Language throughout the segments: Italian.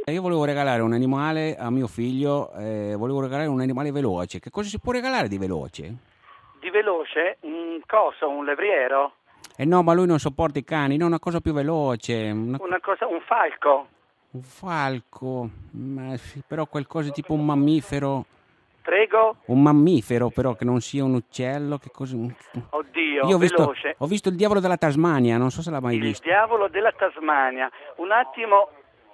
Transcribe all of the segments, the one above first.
Io volevo regalare un animale a mio figlio, volevo regalare un animale veloce. Che cosa si può regalare di veloce? Di veloce? Un coso, un levriero? No, ma lui non sopporta i cani, no, una cosa più veloce. Una cosa, un falco? Un falco, ma sì, però qualcosa tipo un mammifero. Prego? Un mammifero, però, che non sia un uccello. Che cosa... Oddio, Io veloce. ho visto il diavolo della Tasmania, non so se l'ha mai Il visto. diavolo della Tasmania. Un attimo,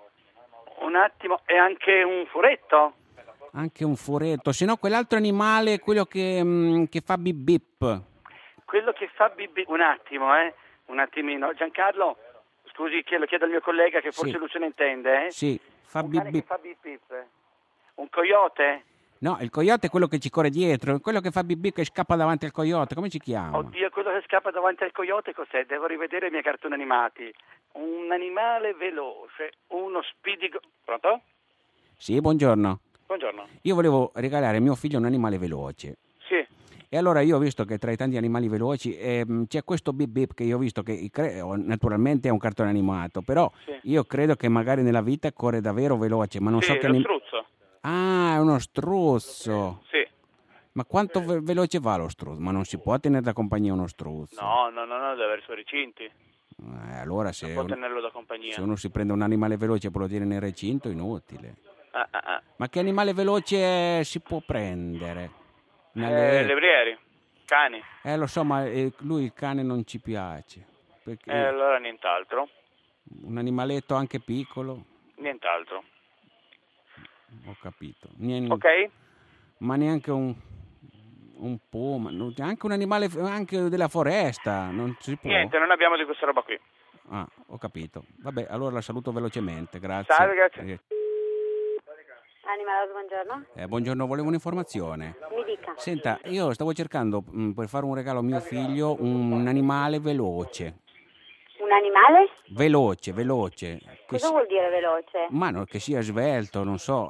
è anche un furetto? Anche un furetto, se no quell'altro animale, quello che fa bip bip. Quello che fa bip. Un attimo, un attimino. Giancarlo, scusi, lo chiedo al mio collega che forse Sì. lui se ne intende, Sì, fa Un bip cane bip. che fa bip bip. Un coyote? No, il coyote è quello che ci corre dietro, quello che fa bip bip che scappa davanti al coyote, come si chiama? Oddio, quello che scappa davanti al coyote cos'è? Devo rivedere i miei cartoni animati. Un animale veloce, uno spedigo. Pronto? Sì, buongiorno. Buongiorno. Io volevo regalare a mio figlio un animale veloce. Sì. E allora io ho visto che tra i tanti animali veloci c'è questo bip bip che io ho visto che naturalmente è un cartone animato, però Sì. io credo che magari nella vita corre davvero veloce, ma non Sì, so che lo struzzo. Ah, è uno struzzo. Sì. Ma quanto veloce va lo struzzo? Ma non si può tenere da compagnia uno struzzo. No, deve avere i suoi recinti. Allora Non può tenerlo da compagnia. se uno si prende un animale veloce e poi lo tiene nel recinto, inutile. Ah. Ma che animale veloce si può prendere? Levrieri, cani. Lo so, ma lui il cane non ci piace. Perché Allora nient'altro. un animaletto anche piccolo, Nient'altro. ho capito. Ok? Ma neanche un puma, anche un animale anche della foresta, non si può? Niente, non abbiamo di questa roba qui. Ah, ho capito. Vabbè, allora la saluto velocemente, grazie. Salve, grazie. Animalato, buongiorno. Buongiorno, volevo un'informazione. Mi dica. Senta, io stavo cercando per fare un regalo a mio figlio un animale veloce. Un animale? Veloce. Cosa vuol dire veloce? Ma no, che sia svelto, non so.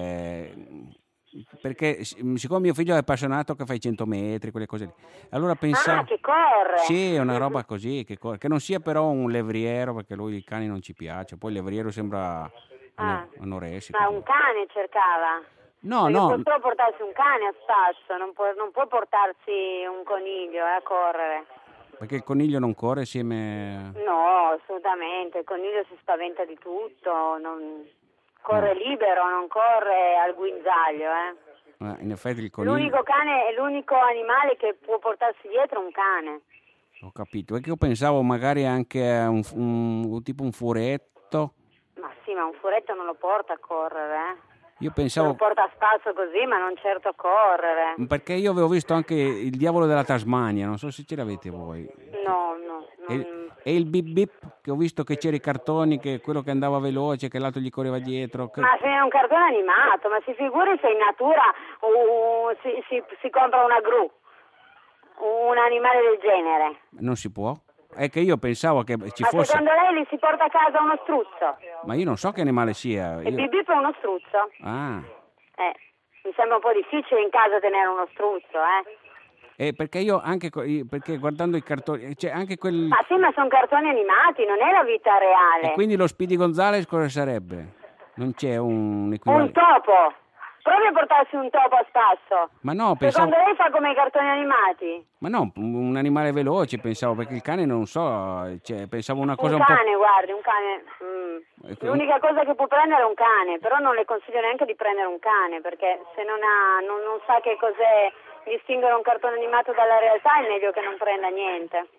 Perché siccome mio figlio è appassionato che fa i 100 metri, quelle cose lì. Allora pensavo... Ah, che corre! Sì, una roba così, che non sia però un levriero, perché lui il cane non ci piace. Poi il levriero sembra anoressico. Ma un cane cercava? No, Perché no, può solo portarsi un cane a spasso, non può portarsi un coniglio a correre. perché il coniglio non corre insieme... No, assolutamente, il coniglio si spaventa di tutto, corre libero, non corre al guinzaglio, in effetti il coniglio... L'unico animale che può portarsi dietro è un cane. Ho capito, perché io pensavo magari anche a tipo un furetto. Ma sì, ma un furetto non lo porta a correre, Io pensavo... Lo porta a spasso così, ma non certo a correre. Perché io avevo visto anche il diavolo della Tasmania, non so se ce l'avete voi. No. E il bip bip, che ho visto che c'era i cartoni, che quello che andava veloce, che l'altro gli correva dietro. Ma se è un cartone animato, ma si figuri se in natura si compra una gru, un animale del genere. Non si può? È che io pensavo che ci Ma fosse... secondo lei li si porta a casa uno struzzo? Ma io non so che animale sia. Il bip bip è uno struzzo? Ah. Mi sembra un po' difficile in casa tenere uno struzzo, Perché io anche... Perché guardando i cartoni... Cioè anche quel... Ma sì, ma sono cartoni animati, non è la vita reale. E quindi lo Speedy Gonzales cosa sarebbe? Non c'è un Un equivalente? topo! Provi a portarsi un topo a spasso. Ma no, pensavo... Secondo lei fa come i cartoni animati? Ma no, un animale veloce pensavo, perché il cane non so, cioè, pensavo una cosa Un cane, guardi, un cane. L'unica cosa che può prendere è un cane, però non le consiglio neanche di prendere un cane, perché se non sa che cos'è distinguere un cartone animato dalla realtà è meglio che non prenda niente.